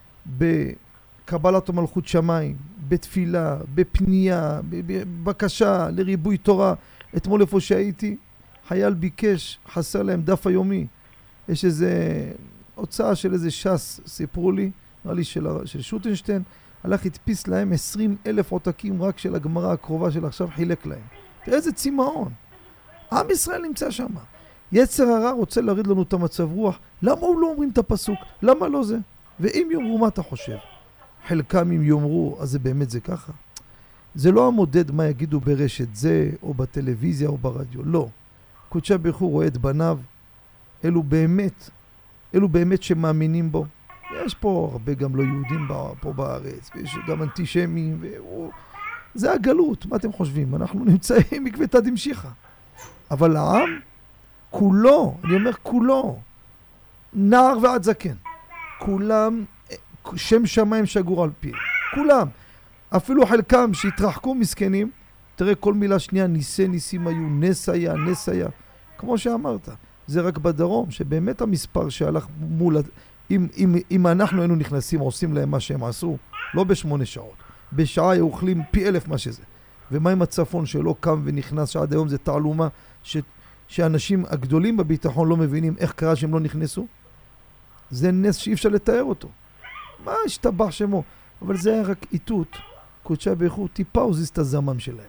בקבלת המלכות שמיים, בתפילה, בפנייה, בבקשה לריבוי תורה. אתמול איפה שהייתי, חייל ביקש, חסר להם דף היומי. יש איזה הוצאה של איזה שס, סיפרו לי, נראה לי של, של שוטנשטיין, הלך הדפיס להם עשרים אלף עותקים רק של הגמרא הקרובה של עכשיו, חילק להם. תראה איזה צימאון. עם ישראל נמצא שם. יצר הרע רוצה להריד לנו את המצב רוח. למה הוא לא אומרים את הפסוק? למה לא זה? ואם יאמרו, מה אתה חושב? חלקם אם יאמרו, אז זה באמת זה ככה. זה לא המודד מה יגידו ברשת זה, או בטלוויזיה, או ברדיו. לא. קודשה ברוך הוא רואה את בניו, אלו באמת, אלו באמת שמאמינים בו. יש פה הרבה גם לא יהודים פה בארץ, ויש גם אנטישמים, והוא... זה הגלות, מה אתם חושבים? אנחנו נמצאים מקוותה דמשיחא. אבל העם, כולו, אני אומר כולו, נער ועד זקן, כולם, שם שמיים שגור על פי, כולם, אפילו חלקם שהתרחקו מסכנים, תראה כל מילה שנייה, ניסי ניסים היו, נס היה, נס היה, כמו שאמרת, זה רק בדרום, שבאמת המספר שהלך מול, אם, אם, אם אנחנו היינו נכנסים, עושים להם מה שהם עשו, לא בשמונה שעות, בשעה היו אוכלים פי אלף מה שזה, ומה עם הצפון שלא קם ונכנס, שעד היום זה תעלומה, ש... שאנשים הגדולים בביטחון לא מבינים איך קרה שהם לא נכנסו. זה נס שאי אפשר לתאר אותו. מה השתבח שמו? אבל זה היה רק איתות. קודשה ברוך הוא טיפה הוזיז את הזמם שלהם.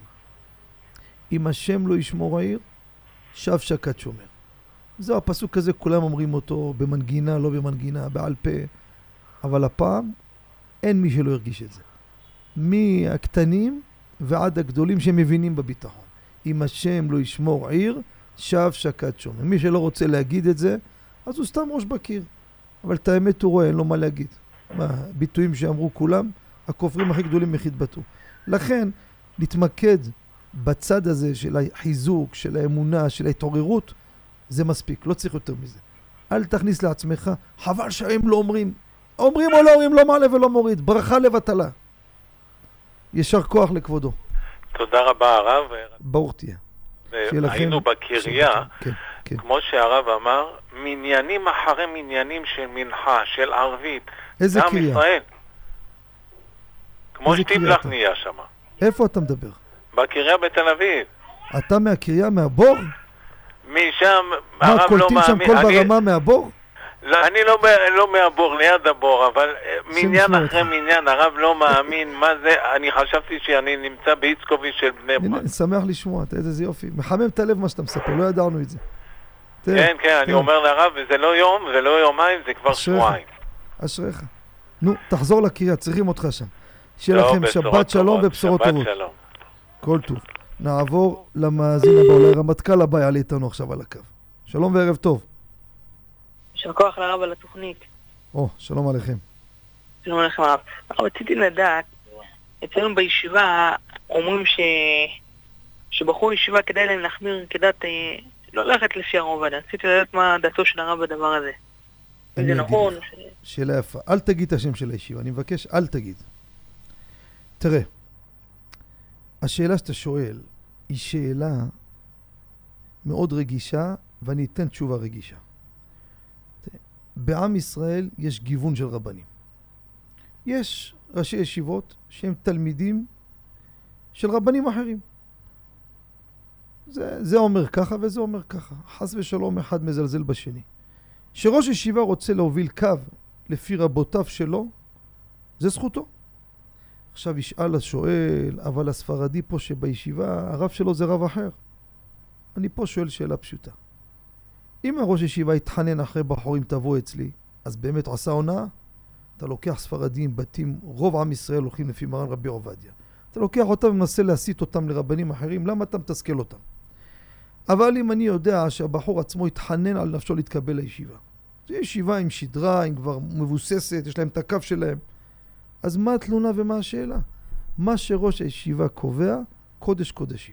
אם השם לא ישמור העיר, שב שקד שומר. זהו הפסוק הזה, כולם אומרים אותו במנגינה, לא במנגינה, בעל פה. אבל הפעם אין מי שלא הרגיש את זה. מהקטנים ועד הגדולים שמבינים בביטחון. אם השם לא ישמור עיר, שב שקד שומר. מי שלא רוצה להגיד את זה, אז הוא סתם ראש בקיר. אבל את האמת הוא רואה, אין לו מה להגיד. מה, ביטויים שאמרו כולם, הכופרים הכי גדולים איך התבטאו. לכן, נתמקד בצד הזה של החיזוק, של האמונה, של ההתעוררות, זה מספיק, לא צריך יותר מזה. אל תכניס לעצמך, חבל שהם לא אומרים. אומרים או לא אומרים, לא מעלה ולא מוריד. ברכה לבטלה. ישר כוח לכבודו. תודה רבה הרב. ברוך תהיה. היינו בקריה, כן, כן. כמו שהרב אמר, מניינים אחרי מניינים של מנחה, של ערבית. איזה קריה? ישראל. כמו שטיבלח נהיה שם. איפה אתה מדבר? בקריה בתל אביב. אתה מהקריה, מהבור? משם, מה, הרב לא קולטים שם מאמין. כל אני... ברמה מהבור? לא, אני לא, לא מהבור, ליד הבור, אבל מניין אחרי מניין, הרב לא מאמין מה זה. אני חשבתי שאני נמצא באיצקוביץ' של בני ברק. אני שמח לשמוע, אתה איזה יופי. מחמם את הלב מה שאתה מספר, לא ידענו את זה. כן, כן, אני אומר לרב, וזה לא יום, זה לא יומיים, זה כבר שבועיים. אשריך. נו, תחזור לקריה, צריכים אותך שם. שיהיה לכם שבת שלום ובשורות טובות. שבת שלום. כל טוב. נעבור למאזין הבא, אולי רמטכ"ל הבא יעלה איתנו עכשיו על הקו. שלום וערב טוב. יישר כוח לרב על התוכנית. או, שלום עליכם. שלום עליכם הרב. רציתי לדעת, אצלנו בישיבה אומרים ש... שבחור ישיבה כדאי להם להחמיר כדת, לא ללכת לפי הרוב הזה. רציתי לדעת מה דעתו של הרב בדבר הזה. זה נכון. ש... שאלה יפה. אל תגיד את השם של הישיבה, אני מבקש, אל תגיד. תראה, השאלה שאתה שואל היא שאלה מאוד רגישה, ואני אתן תשובה רגישה. בעם ישראל יש גיוון של רבנים. יש ראשי ישיבות שהם תלמידים של רבנים אחרים. זה, זה אומר ככה וזה אומר ככה. חס ושלום אחד מזלזל בשני. שראש ישיבה רוצה להוביל קו לפי רבותיו שלו, זה זכותו. עכשיו ישאל השואל, אבל הספרדי פה שבישיבה, הרב שלו זה רב אחר. אני פה שואל שאלה פשוטה. אם הראש ישיבה יתחנן אחרי בחורים תבוא אצלי, אז באמת עשה עונה? אתה לוקח ספרדים, בתים, רוב עם ישראל הולכים לפי מרן רבי עובדיה. אתה לוקח אותם ומנסה להסיט אותם לרבנים אחרים, למה אתה מתסכל אותם? אבל אם אני יודע שהבחור עצמו יתחנן על נפשו להתקבל לישיבה, זו ישיבה עם שדרה, עם כבר מבוססת, יש להם את הקו שלהם, אז מה התלונה ומה השאלה? מה שראש הישיבה קובע, קודש קודשים.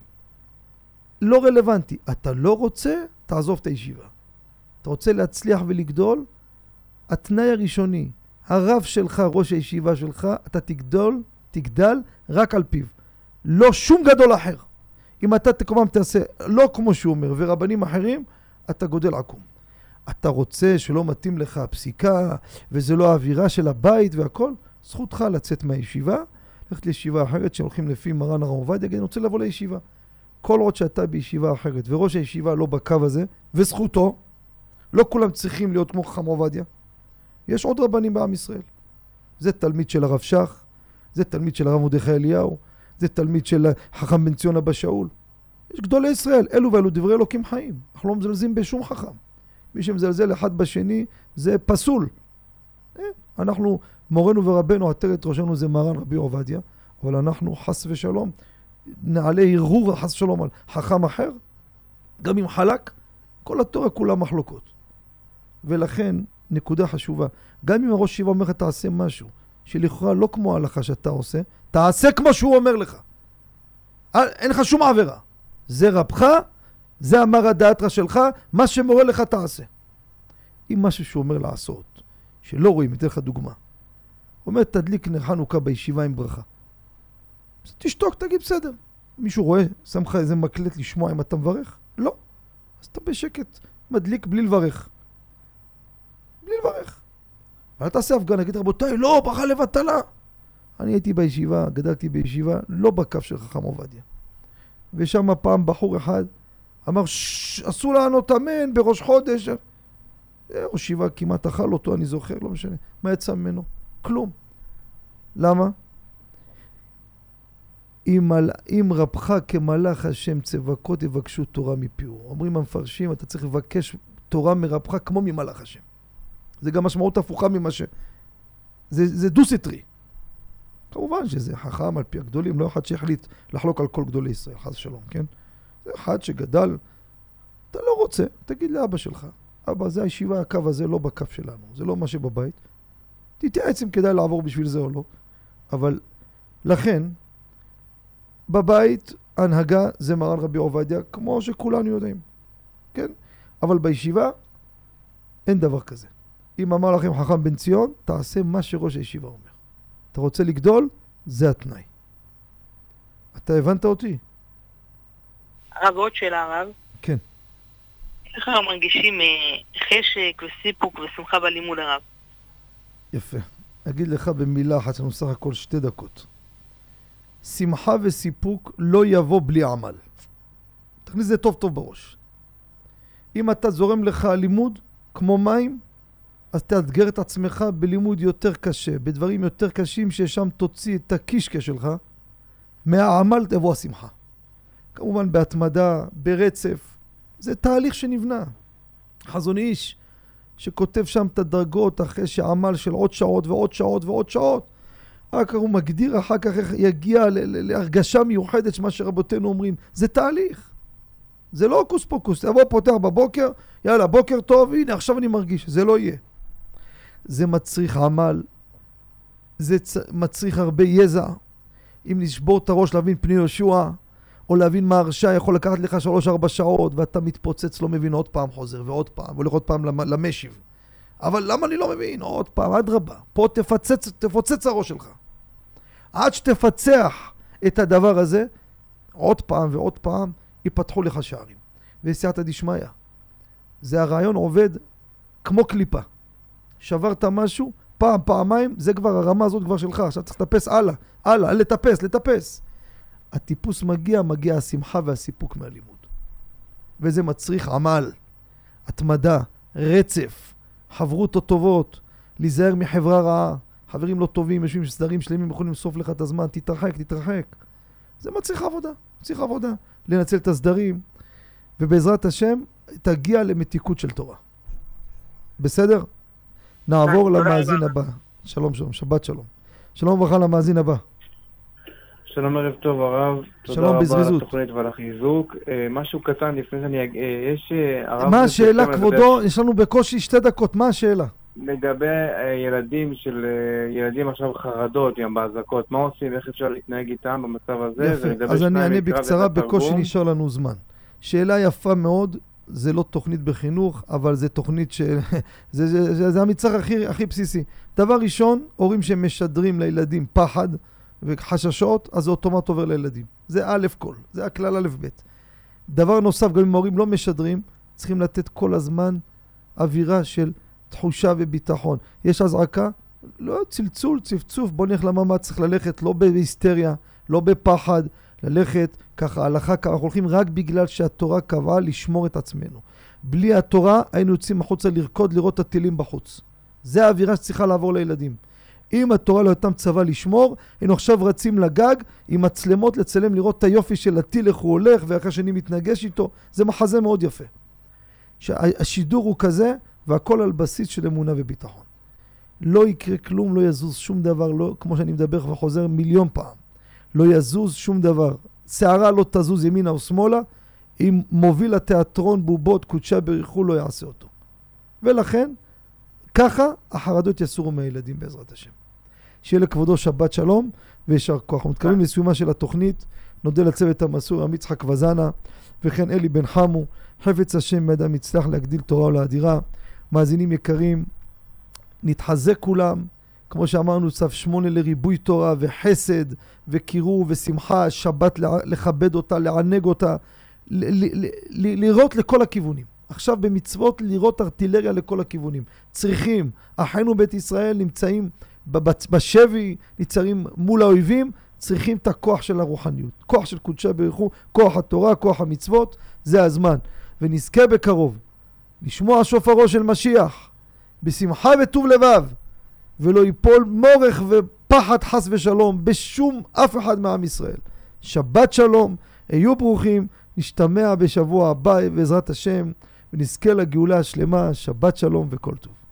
לא רלוונטי. אתה לא רוצה, תעזוב את הישיבה. אתה רוצה להצליח ולגדול, התנאי הראשוני, הרב שלך, ראש הישיבה שלך, אתה תגדול, תגדל רק על פיו. לא שום גדול אחר. אם אתה תקומם תעשה, לא כמו שהוא אומר, ורבנים אחרים, אתה גודל עקום. אתה רוצה שלא מתאים לך הפסיקה, וזה לא האווירה של הבית והכל, זכותך לצאת מהישיבה, ללכת לישיבה אחרת שהולכים לפי מרן הרב עובדיה, אני רוצה לבוא לישיבה. כל עוד שאתה בישיבה אחרת, וראש הישיבה לא בקו הזה, וזכותו, לא כולם צריכים להיות כמו חכם עובדיה. יש עוד רבנים בעם ישראל. זה תלמיד של הרב שך, זה תלמיד של הרב מרדכי אליהו, זה תלמיד של חכם בן ציון אבא שאול. יש גדולי ישראל, אלו ואלו דברי אלוקים חיים. אנחנו לא מזלזים בשום חכם. מי שמזלזל אחד בשני זה פסול. אנחנו, מורנו ורבנו, עטרת ראשנו זה מרן רבי עובדיה, אבל אנחנו חס ושלום, נעלה הרהור חס ושלום על חכם אחר, גם אם חלק, כל התורה כולה מחלוקות. ולכן, נקודה חשובה, גם אם הראש ישיבה אומר לך תעשה משהו, שלכאורה לא כמו ההלכה שאתה עושה, תעשה כמו שהוא אומר לך. אין לך שום עבירה. זה רבך, זה אמר הדעתך שלך, מה שמורה לך תעשה. אם משהו שהוא אומר לעשות, שלא רואים, אתן לך דוגמה. הוא אומר, תדליק נר חנוכה בישיבה עם ברכה. אז תשתוק, תגיד בסדר. מישהו רואה, שם לך איזה מקלט לשמוע אם אתה מברך? לא. אז אתה בשקט, מדליק בלי לברך. בלי לברך. אבל תעשה הפגנה, נגיד רבותיי, לא, ברכה לבטלה. אני הייתי בישיבה, גדלתי בישיבה, לא בקו של חכם עובדיה. ושם פעם בחור אחד אמר, אסור לענות אמן בראש חודש. ראש ישיבה כמעט אכל אותו, אני זוכר, לא משנה. מה יצא ממנו? כלום. למה? אם, על, אם רבך כמלאך השם צבקות יבקשו תורה מפיהו. אומרים המפרשים, אתה צריך לבקש תורה מרבך כמו ממלאך השם. זה גם משמעות הפוכה ממה ש... זה, זה דו-סטרי. כמובן שזה חכם על פי הגדולים, לא אחד שהחליט לחלוק על כל גדולי ישראל, חס שלום, כן? זה אחד שגדל, אתה לא רוצה, תגיד לאבא שלך, אבא, זה הישיבה, הקו הזה לא בקו שלנו, זה לא מה שבבית. תתייעץ אם כדאי לעבור בשביל זה או לא. אבל לכן, בבית הנהגה זה מרן רבי עובדיה, כמו שכולנו יודעים, כן? אבל בישיבה אין דבר כזה. אם אמר לכם חכם בן ציון, תעשה מה שראש הישיבה אומר. אתה רוצה לגדול? זה התנאי. אתה הבנת אותי? הרב, עוד שאלה הרב. כן. איך אנחנו מרגישים חשק וסיפוק ושמחה בלימוד הרב? יפה. אגיד לך במילה אחת, לנו סך הכל שתי דקות. שמחה וסיפוק לא יבוא בלי עמל. תכניס זה טוב טוב בראש. אם אתה זורם לך לימוד כמו מים, אז תאתגר את עצמך בלימוד יותר קשה, בדברים יותר קשים ששם תוציא את הקישקע שלך, מהעמל תבוא השמחה. כמובן בהתמדה, ברצף, זה תהליך שנבנה. חזון איש שכותב שם את הדרגות אחרי שעמל של עוד שעות ועוד שעות ועוד שעות, אחר כך הוא מגדיר אחר כך איך יגיע להרגשה מיוחדת שמה שרבותינו אומרים, זה תהליך. זה לא קוס פוקוס, תבוא פותח בבוקר, יאללה בוקר טוב, הנה עכשיו אני מרגיש, זה לא יהיה. זה מצריך עמל, זה צ... מצריך הרבה יזע. אם לשבור את הראש להבין פני יהושע, או להבין מה הרשע יכול לקחת לך שלוש ארבע שעות, ואתה מתפוצץ לא מבין עוד פעם חוזר, ועוד פעם, והולך עוד פעם למשיב. אבל למה אני לא מבין? עוד פעם, עד רבה. פה תפצץ, תפוצץ הראש שלך. עד שתפצח את הדבר הזה, עוד פעם ועוד פעם, ייפתחו לך שערים. וסייעתא דשמיא. זה הרעיון עובד כמו קליפה. שברת משהו, פעם, פעמיים, זה כבר הרמה הזאת כבר שלך. עכשיו צריך לטפס הלאה, הלאה, לטפס, לטפס. הטיפוס מגיע, מגיע השמחה והסיפוק מהלימוד. וזה מצריך עמל, התמדה, רצף, חברות טובות, להיזהר מחברה רעה. חברים לא טובים, יושבים סדרים שלמים, יכולים לסוף לך את הזמן, תתרחק, תתרחק. זה מצריך עבודה, מצריך עבודה. לנצל את הסדרים, ובעזרת השם תגיע למתיקות של תורה. בסדר? נעבור למאזין הבא. שלום שלום, שבת שלום. שלום וברכה למאזין הבא. שלום ערב טוב הרב. שלום בזריזות. תודה רבה על התוכנית ועל החיזוק. משהו קטן לפני שאני... יש... מה השאלה כבודו? יש לנו בקושי שתי דקות, מה השאלה? לגבי ילדים של... ילדים עכשיו חרדות, גם בהזקות, מה עושים? איך אפשר להתנהג איתם במצב הזה? יפה, אז אני אענה בקצרה, בקושי נשאר לנו זמן. שאלה יפה מאוד, זה לא תוכנית בחינוך, אבל זה תוכנית ש... זה, זה, זה, זה המצרך הכי, הכי בסיסי. דבר ראשון, הורים שמשדרים לילדים פחד וחששות, אז זה אוטומט עובר לילדים. זה א' כל, זה הכלל א' ב'. דבר נוסף, גם אם ההורים לא משדרים, צריכים לתת כל הזמן אווירה של תחושה וביטחון. יש הזעקה, לא צלצול, צפצוף, בוא נלך למאמץ, צריך ללכת לא בהיסטריה, לא בפחד, ללכת ככה, הלכה, אנחנו הולכים רק בגלל שהתורה קבעה לשמור את עצמנו. בלי התורה היינו יוצאים החוצה לרקוד, לראות את הטילים בחוץ. זה האווירה שצריכה לעבור לילדים. אם התורה לא הייתם צבא לשמור, היינו עכשיו רצים לגג עם מצלמות לצלם, לראות את היופי של הטיל, איך הוא הולך, ואחרי שאני מתנגש איתו. זה מחזה מאוד יפה. השידור הוא כזה, והכל על בסיס של אמונה וביטחון. לא יקרה כלום, לא יזוז שום דבר, לא, כמו שאני מדבר וחוזר מיליון פעם. לא יזוז שום דבר. שערה לא תזוז ימינה או שמאלה, אם מוביל התיאטרון בובות קודשה בריחו לא יעשה אותו. ולכן, ככה החרדות יסורו מהילדים בעזרת השם. שיהיה לכבודו שבת שלום וישר כוח. אנחנו מתקרבים לסיומה של התוכנית. נודה לצוות המסור, עמית יצחק וזנה, וכן אלי בן חמו. חפץ השם בידם יצלח להגדיל תורה ולאדירה. מאזינים יקרים, נתחזק כולם. כמו שאמרנו, צו שמונה לריבוי תורה וחסד וקירוב ושמחה, שבת לכבד אותה, לענג אותה, ל- ל- ל- לראות לכל הכיוונים. עכשיו במצוות לראות ארטילריה לכל הכיוונים. צריכים, אחינו בית ישראל נמצאים בשבי, נמצאים מול האויבים, צריכים את הכוח של הרוחניות. כוח של קודשי בריחו, כוח התורה, כוח המצוות, זה הזמן. ונזכה בקרוב לשמוע שופרו של משיח, בשמחה וטוב לבב, ולא ייפול מורך ופחד חס ושלום בשום אף אחד מעם ישראל. שבת שלום, היו ברוכים, נשתמע בשבוע הבא בעזרת השם, ונזכה לגאולה השלמה, שבת שלום וכל טוב.